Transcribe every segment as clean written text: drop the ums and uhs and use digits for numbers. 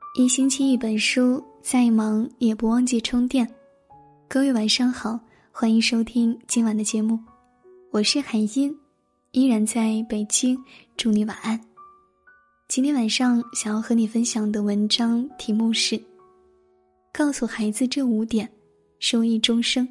一星期一本书，再忙也不忘记充电。各位晚上好，欢迎收听今晚的节目，我是海音，依然在北京，祝你晚安。今天晚上想要和你分享的文章题目是告诉孩子这5点，受益终生。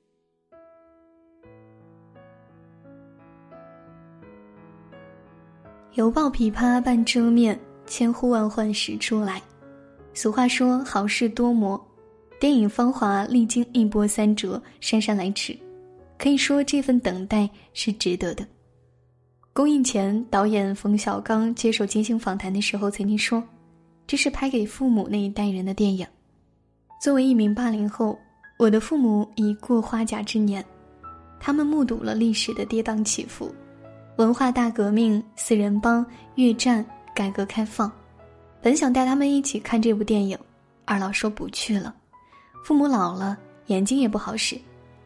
犹抱琵琶半遮面，千呼万唤始出来。俗话说好事多磨，电影《芳华》历经一波三折，姗姗来迟，可以说这份等待是值得的。公映前，导演冯小刚接受金星访谈的时候曾经说，这是拍给父母那一代人的电影。作为一名80后，我的父母已过花甲之年，他们目睹了历史的跌宕起伏，文化大革命、四人帮、越战、改革开放。本想带他们一起看这部电影，二老说不去了，父母老了，眼睛也不好使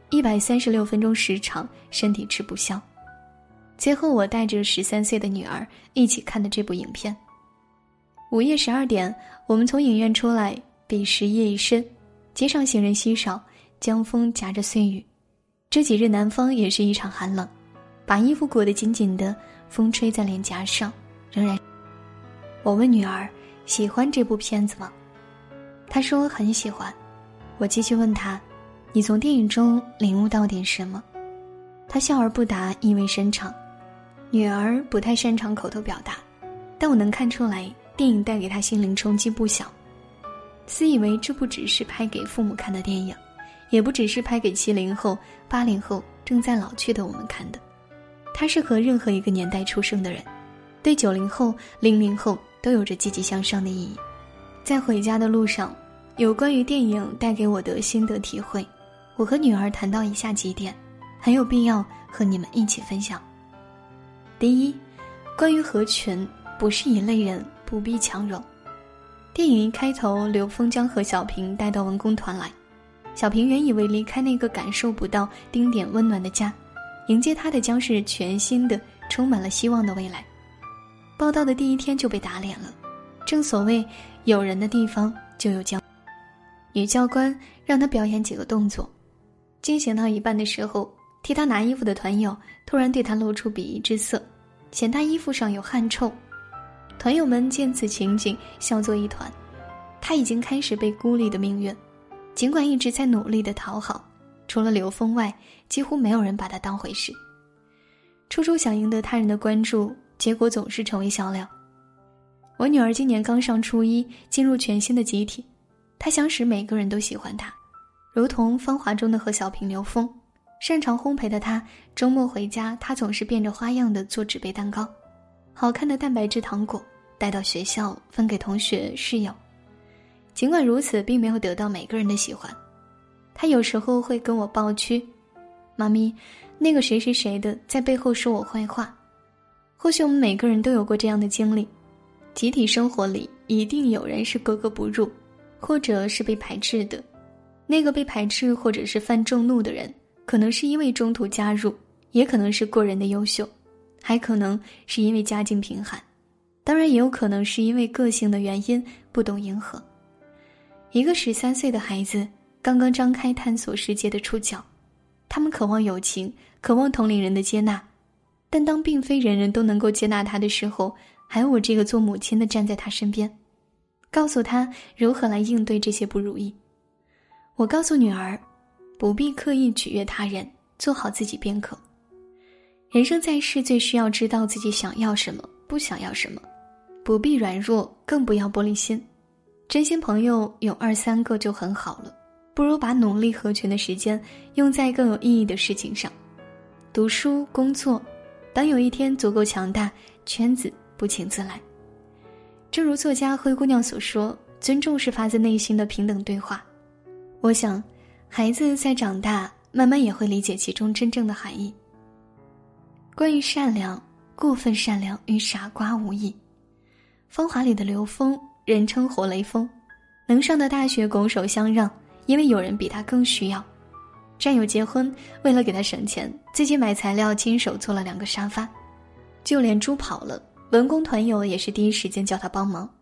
，136分钟时长，身体吃不消。最后我带着13岁的女儿一起看的这部影片。午夜12点，我们从影院出来，彼时夜已深，街上行人稀少，江风夹着碎雨。这几日南方也是一场寒冷，把衣服裹得紧紧的，风吹在脸颊上，仍然。我问女儿喜欢这部片子吗？她说很喜欢。我继续问她，你从电影中领悟到点什么？她笑而不答，意味深长。女儿不太擅长口头表达，但我能看出来电影带给她心灵冲击不小。自以为这不只是拍给父母看的电影，也不只是拍给70后、80后正在老去的我们看的，它是和任何一个年代出生的人，对90后、00后都有着积极向上的意义。在回家的路上，有关于电影带给我的心得体会，我和女儿谈到以下几点，很有必要和你们一起分享。第一，关于合群，不是一类人，不必强融。电影一开头，刘峰将何小平带到文工团来，小平原以为离开那个感受不到丁点温暖的家，迎接他的将是全新的充满了希望的未来。报道的第一天就被打脸了，正所谓有人的地方就有教。女教官让他表演几个动作，进行到一半的时候，替他拿衣服的团友突然对他露出鄙夷之色，嫌他衣服上有汗臭。团友们见此情景，笑作一团。他已经开始被孤立的命运，尽管一直在努力地讨好，除了刘峰外，几乎没有人把他当回事。处处想赢得他人的关注，结果总是成为笑料。我女儿今年刚上初一，进入全新的集体，她想使每个人都喜欢她，如同《芳华》中的何小平、刘峰。擅长烘焙的她，周末回家，她总是变着花样的做纸杯蛋糕，好看的蛋白质糖果带到学校分给同学室友。尽管如此，并没有得到每个人的喜欢。她有时候会跟我抱屈，妈咪，那个谁谁谁的在背后说我坏话。或许我们每个人都有过这样的经历，集体生活里一定有人是格格不入，或者是被排斥的。那个被排斥或者是犯众怒的人，可能是因为中途加入，也可能是过人的优秀，还可能是因为家境贫寒，当然也有可能是因为个性的原因，不懂迎合。一个13岁的孩子刚刚张开探索世界的触角，他们渴望友情，渴望同龄人的接纳，但当并非人人都能够接纳他的时候，还有我这个做母亲的站在他身边，告诉他如何来应对这些不如意。我告诉女儿，不必刻意取悦他人，做好自己便可。人生在世，最需要知道自己想要什么，不想要什么，不必软弱，更不要玻璃心。真心朋友有2、3个就很好了，不如把努力合群的时间用在更有意义的事情上。读书、工作，当有一天足够强大，圈子不请自来。正如作家灰姑娘所说，尊重是发自内心的平等对话。我想孩子在长大，慢慢也会理解其中真正的含义。关于善良，过分善良与傻瓜无异。芳华里的刘峰，人称活雷锋，能上的大学拱手相让，因为有人比他更需要。战友结婚，为了给他省钱，自己买材料亲手做了2个沙发。就连猪跑了，文工团友也是第一时间叫他帮忙。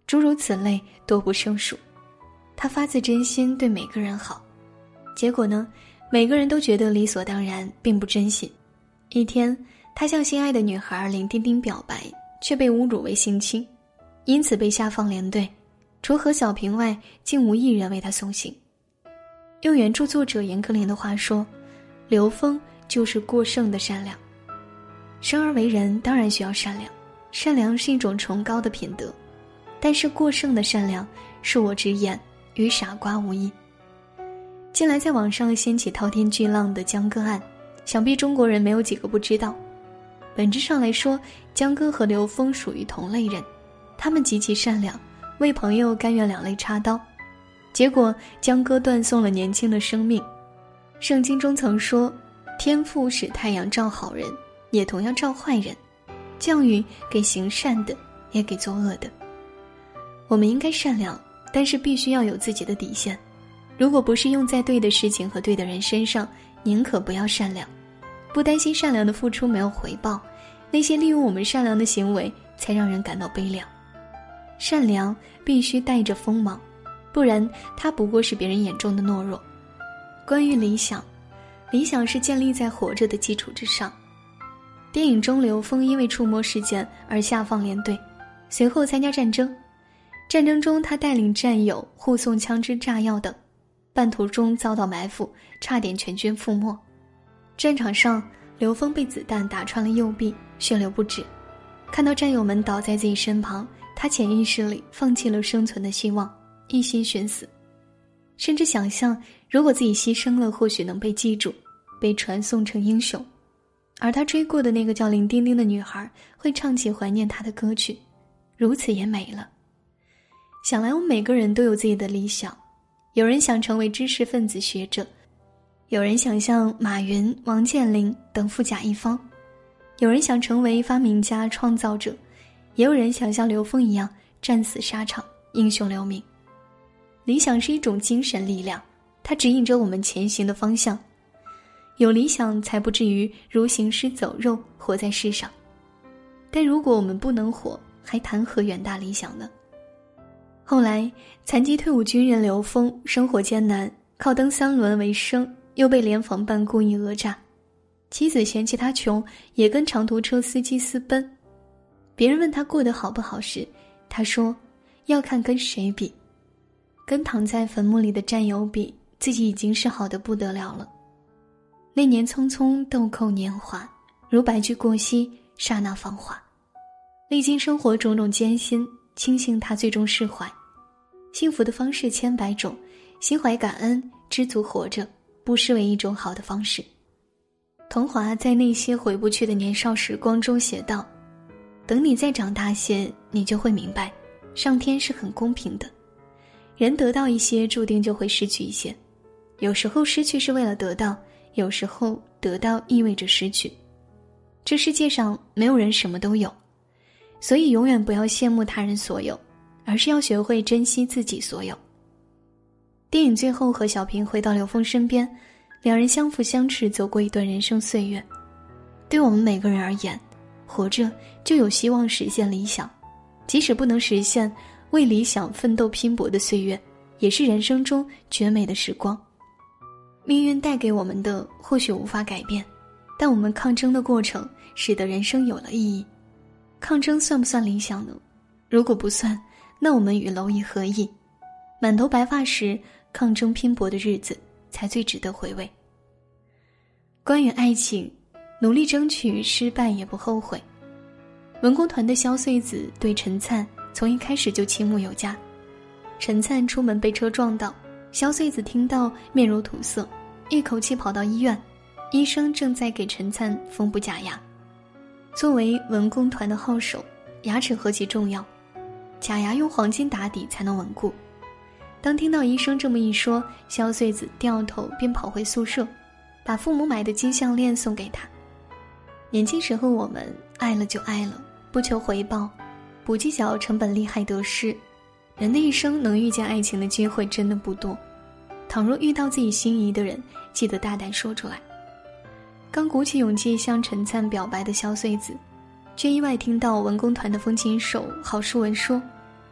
诸如此类多不胜数。他发自真心对每个人好，结果呢，每个人都觉得理所当然，并不珍惜。一天，他向心爱的女孩林丁丁表白，却被侮辱为性侵，因此被下放连队，除何小平外，竟无一人为他送行。用原著作者严歌苓的话说，刘峰就是过剩的善良。生而为人当然需要善良，善良是一种崇高的品德，但是过剩的善良，恕我直言，与傻瓜无异。近来在网上掀起滔天巨浪的江歌案，想必中国人没有几个不知道。本质上来说，江歌和刘峰属于同类人，他们极其善良，为朋友甘愿两肋插刀，结果江歌断送了年轻的生命。圣经中曾说，天父使太阳照好人，也同样照坏人，降雨给行善的，也给作恶的。我们应该善良，但是必须要有自己的底线，如果不是用在对的事情和对的人身上，宁可不要善良。不担心善良的付出没有回报，那些利用我们善良的行为才让人感到悲凉。善良必须带着锋芒，不然它不过是别人眼中的懦弱。关于理想，理想是建立在活着的基础之上。电影中刘峰因为触摸事件而下放连队，随后参加战争。战争中他带领战友护送枪支炸药等，半途中遭到埋伏，差点全军覆没。战场上，刘峰被子弹打穿了右臂，血流不止。看到战友们倒在自己身旁，他潜意识里放弃了生存的希望，一心寻死，甚至想象如果自己牺牲了，或许能被记住，被传颂成英雄。而他追过的那个叫林丁丁的女孩会唱起怀念他的歌曲，如此也美了。想来我们每个人都有自己的理想，有人想成为知识分子学者，有人想像马云、王健林等富甲一方，有人想成为发明家、创造者，也有人想像刘峰一样战死沙场，英雄留名。理想是一种精神力量，它指引着我们前行的方向。有理想才不至于如行尸走肉活在世上，但如果我们不能活，还谈何远大理想呢？后来残疾退伍军人刘峰生活艰难，靠蹬三轮为生，又被联防办故意讹诈，妻子嫌弃他穷，也跟长途车司机私奔。别人问他过得好不好时，他说要看跟谁比，跟躺在坟墓里的战友比，自己已经是好得不得了了。那年匆匆豆蔻年华，如白驹过隙，刹那芳华。历经生活种种艰辛，庆幸他最终释怀。幸福的方式千百种，心怀感恩，知足活着，不失为一种好的方式。桐华在那些回不去的年少时光中写道，等你再长大些，你就会明白，上天是很公平的，人得到一些，注定就会失去一些。有时候失去是为了得到，有时候得到意味着失去。这世界上没有人什么都有，所以永远不要羡慕他人所有，而是要学会珍惜自己所有。电影最后何小平回到刘峰身边，两人相扶相持走过一段人生岁月。对我们每个人而言，活着就有希望实现理想，即使不能实现，为理想奋斗拼搏的岁月，也是人生中绝美的时光。命运带给我们的或许无法改变，但我们抗争的过程使得人生有了意义。抗争算不算理想呢？如果不算，那我们与蝼蚁何异？满头白发时，抗争拼搏的日子才最值得回味。关于爱情，努力争取，失败也不后悔。文工团的萧穗子对陈灿从一开始就倾慕有加。陈灿出门被车撞到，萧穗子听到面如土色，一口气跑到医院，医生正在给陈灿缝补假牙。作为文工团的号手，牙齿何其重要，假牙用黄金打底才能稳固。当听到医生这么一说，萧穗子掉头便跑回宿舍，把父母买的金项链送给他。年轻时候我们爱了就爱了，不求回报，不计较成本利害得失。人的一生能遇见爱情的机会真的不多，倘若遇到自己心仪的人，记得大胆说出来。刚鼓起勇气向陈灿表白的萧穗子，却意外听到文工团的风琴手郝淑文说，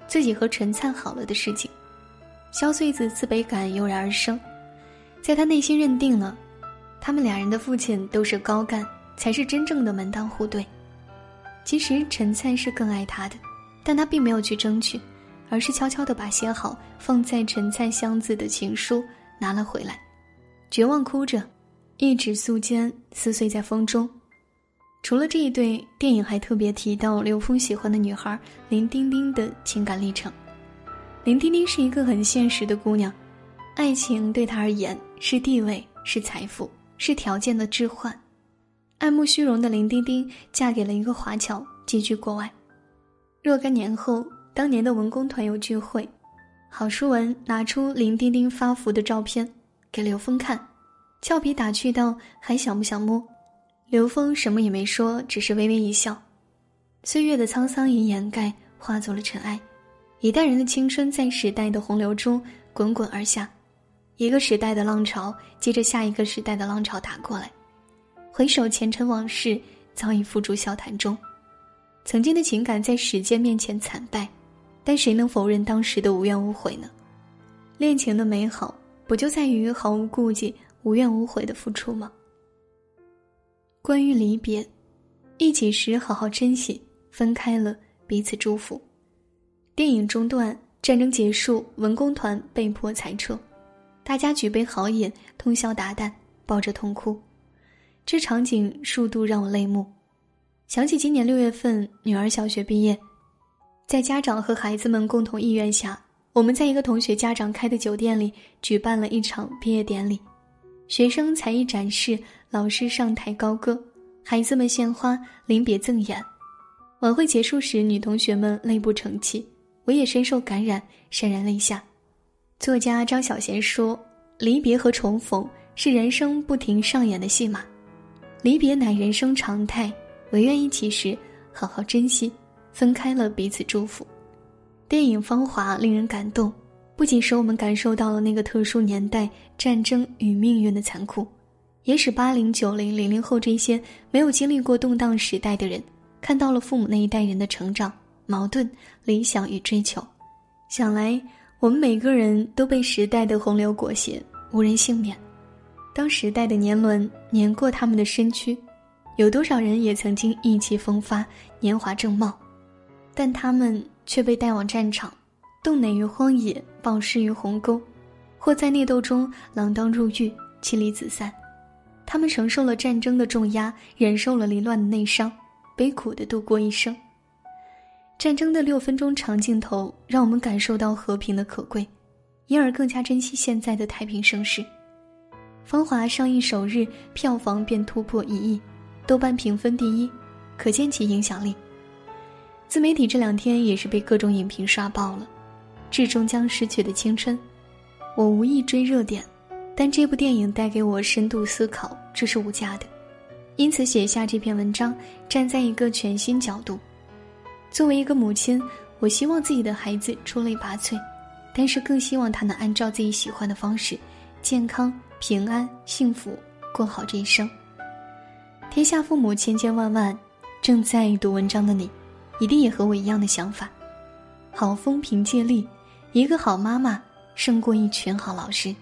自己和陈灿好了的事情。萧穗子自卑感油然而生，在他内心认定了他们俩人的父亲都是高干，才是真正的门当户对。其实陈灿是更爱他的，但他并没有去争取，而是悄悄地把写好放在陈灿箱子的情书拿了回来，绝望哭着，一指素笺撕碎在风中。除了这一对，电影还特别提到刘峰喜欢的女孩林丁丁的情感历程。林丁丁是一个很现实的姑娘，爱情对她而言是地位，是财富，是条件的置换。爱慕虚荣的林丁丁嫁给了一个华侨，寄居国外。若干年后，当年的文工团有聚会，郝淑文拿出林丁丁发福的照片给刘峰看，俏皮打趣道还想不想摸。刘峰什么也没说，只是微微一笑。岁月的沧桑已掩盖，化作了尘埃。一代人的青春在时代的洪流中滚滚而下，一个时代的浪潮接着下一个时代的浪潮打过来。回首前尘往事，早已付诸笑谈中。曾经的情感在时间面前惨败，但谁能否认当时的无怨无悔呢？恋情的美好，不就在于毫无顾忌、无怨无悔的付出吗？关于离别，一起时好好珍惜，分开了彼此祝福。电影中段，战争结束，文工团被迫裁撤，大家举杯豪饮，通宵达旦，抱着痛哭。这场景数度让我泪目。想起今年6月份女儿小学毕业，在家长和孩子们共同意愿下，我们在一个同学家长开的酒店里举办了一场毕业典礼。学生才艺展示，老师上台高歌，孩子们献花临别赠言。晚会结束时，女同学们泪不成器，我也深受感染，潸然泪下。作家张小娴说，离别和重逢是人生不停上演的戏码，离别乃人生常态，唯愿一起时好好珍惜，分开了彼此祝福。电影《芳华》令人感动，不仅使我们感受到了那个特殊年代战争与命运的残酷，也使80、90、00后这些没有经历过动荡时代的人看到了父母那一代人的成长、矛盾、理想与追求。想来我们每个人都被时代的洪流裹挟，无人幸免。当时代的年轮碾过他们的身躯，有多少人也曾经意气风发，年华正茂，但他们却被带往战场，冻馁于荒野，暴尸于鸿沟，或在内斗中锒铛入狱，妻离子散。他们承受了战争的重压，忍受了离乱的内伤，悲苦地度过一生。战争的6分钟长镜头让我们感受到和平的可贵，因而更加珍惜现在的太平盛世。芳华上映首日票房便突破1亿，豆瓣评分第1，可见其影响力。自媒体这2天也是被各种影评刷爆了。致终将失去的青春，我无意追热点，但这部电影带给我深度思考，这是无价的。因此写下这篇文章，站在一个全新角度。作为一个母亲，我希望自己的孩子出类拔萃，但是更希望他能按照自己喜欢的方式，健康、平安、幸福过好这一生。天下父母千千万万，正在读文章的你，一定也和我一样的想法。好风凭借力，一个好妈妈胜过一群好老师。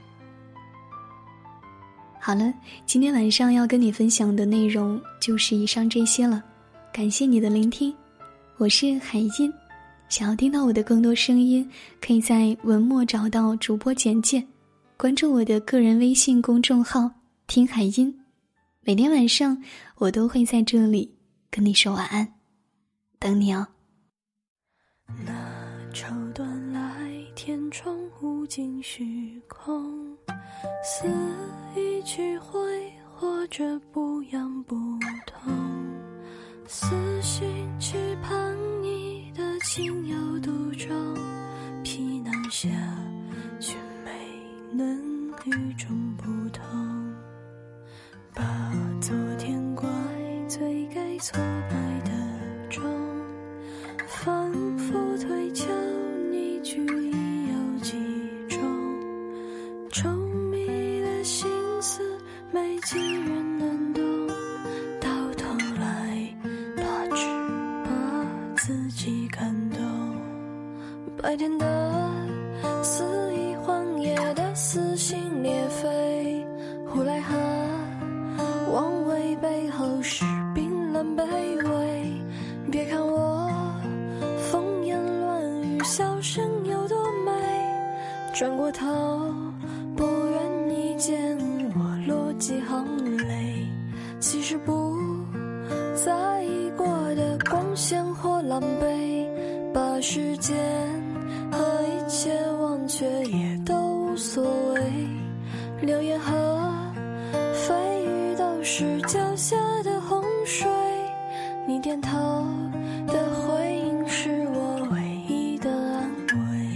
好了，今天晚上要跟你分享的内容就是以上这些了，感谢你的聆听，我是海音。想要听到我的更多声音，可以在文末找到主播简介，关注我的个人微信公众号听海音，每天晚上我都会在这里跟你说晚安，等你哦。 那绸缎来天窗无尽虚空，似一曲回或者不痒不痛，私心期盼你的情有独钟，皮囊下却没能与众不同，把昨天怪罪给挫败的钟，反复推敲你句意有几种，稠密的心思没几人能懂，到头来怕只把自己感动， 白天的肆意荒野的撕心裂肺，呼来和妄为背后是冰冷卑微。别看我风言乱语，笑声有多美，转过头不愿你见我落几行泪。其实不在意过的光鲜或狼狈，把时间和一切忘却也都无所谓。流言和蜚语都是脚下的洪水，你点头的回应是我唯一的安慰。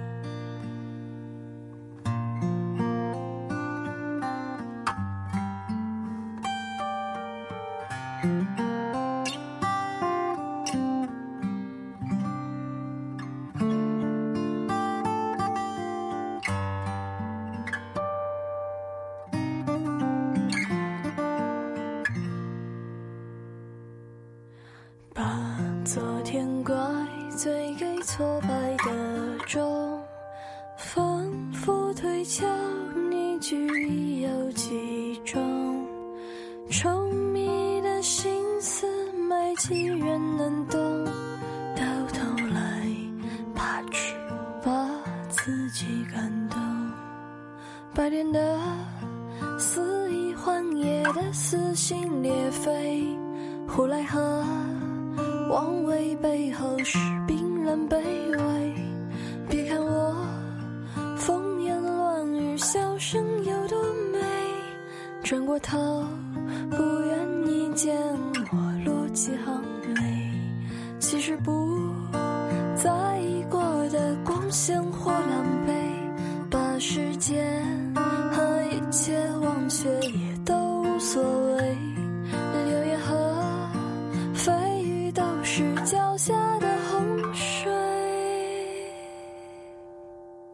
把昨天怪罪给挫败的钟，反复推敲你句意有几种，稠密的心思没几人能懂，到头来怕只把自己感动。白天的肆意荒野的撕心裂肺，呼来和妄为背后是冰冷卑微。别看我风言乱语，笑声有多美，转过头不愿你见我落几行泪。其实不在意过的光鲜或狼狈，把时间和一切忘却也都无所谓。流言和蜚语都是脚下的洪水，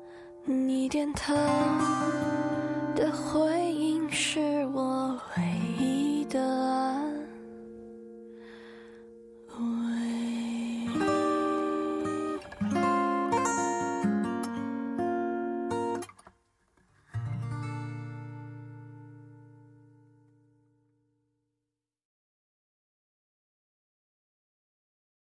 你点头的回应是我唯一